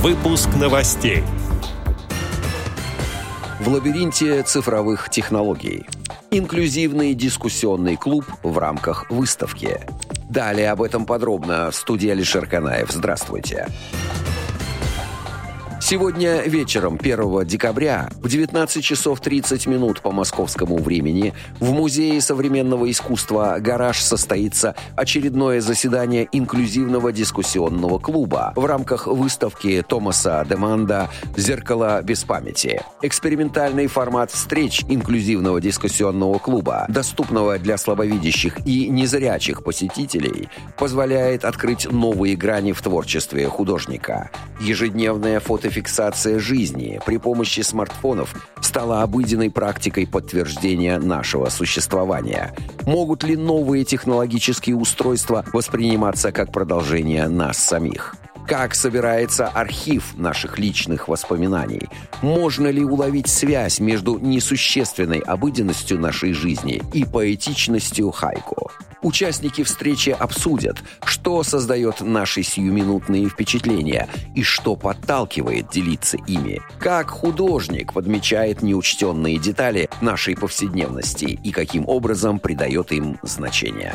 Выпуск новостей. В лабиринте цифровых технологий. Инклюзивный дискуссионный клуб в рамках выставки. Далее об этом подробно в студии Алишер Канаев. Здравствуйте. Сегодня вечером, 1 декабря, в 19 часов 30 минут по московскому времени в Музее современного искусства «Гараж» состоится очередное заседание инклюзивного дискуссионного клуба в рамках выставки Томаса Деманда «Зеркало без памяти». Экспериментальный формат встреч инклюзивного дискуссионного клуба, доступного для слабовидящих и незрячих посетителей, позволяет открыть новые грани в творчестве художника. Ежедневная фотофиксация жизни при помощи смартфонов стала обыденной практикой подтверждения нашего существования. Могут ли новые технологические устройства восприниматься как продолжение нас самих? Как собирается архив наших личных воспоминаний? Можно ли уловить связь между несущественной обыденностью нашей жизни и поэтичностью хайку? Участники встречи обсудят, что создает наши сиюминутные впечатления и что подталкивает делиться ими. Как художник подмечает неучтенные детали нашей повседневности и каким образом придает им значение.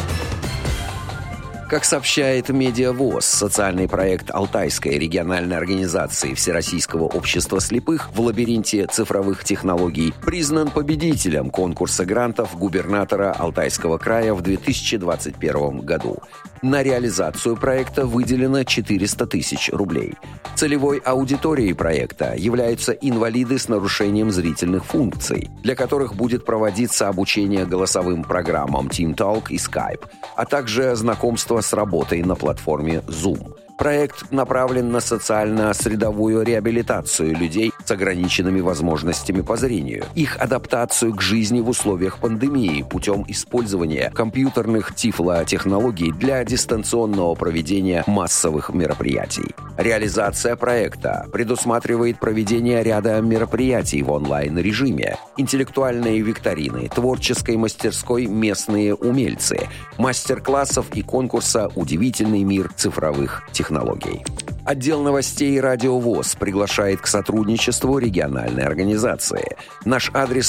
Как сообщает Медиавоз, социальный проект Алтайской региональной организации Всероссийского общества слепых в лабиринте цифровых технологий признан победителем конкурса грантов губернатора Алтайского края в 2021 году. На реализацию проекта выделено 400 тысяч рублей. Целевой аудиторией проекта являются инвалиды с нарушением зрительных функций, для которых будет проводиться обучение голосовым программам TeamTalk и Skype, а также знакомство с работой на платформе Zoom. Проект направлен на социально-средовую реабилитацию людей с ограниченными возможностями по зрению, их адаптацию к жизни в условиях пандемии путем использования компьютерных тифлотехнологий для дистанционного проведения массовых мероприятий. Реализация проекта предусматривает проведение ряда мероприятий в онлайн-режиме, интеллектуальные викторины, творческой мастерской «Местные умельцы», мастер-классов и конкурса «Удивительный мир цифровых технологий». Отдел новостей «Радио ВОС» приглашает к сотрудничеству региональной организации. Наш адрес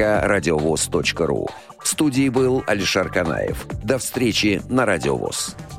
новости@радиовоз.ру. В студии был Алишер Канаев. До встречи на Радио ВОС.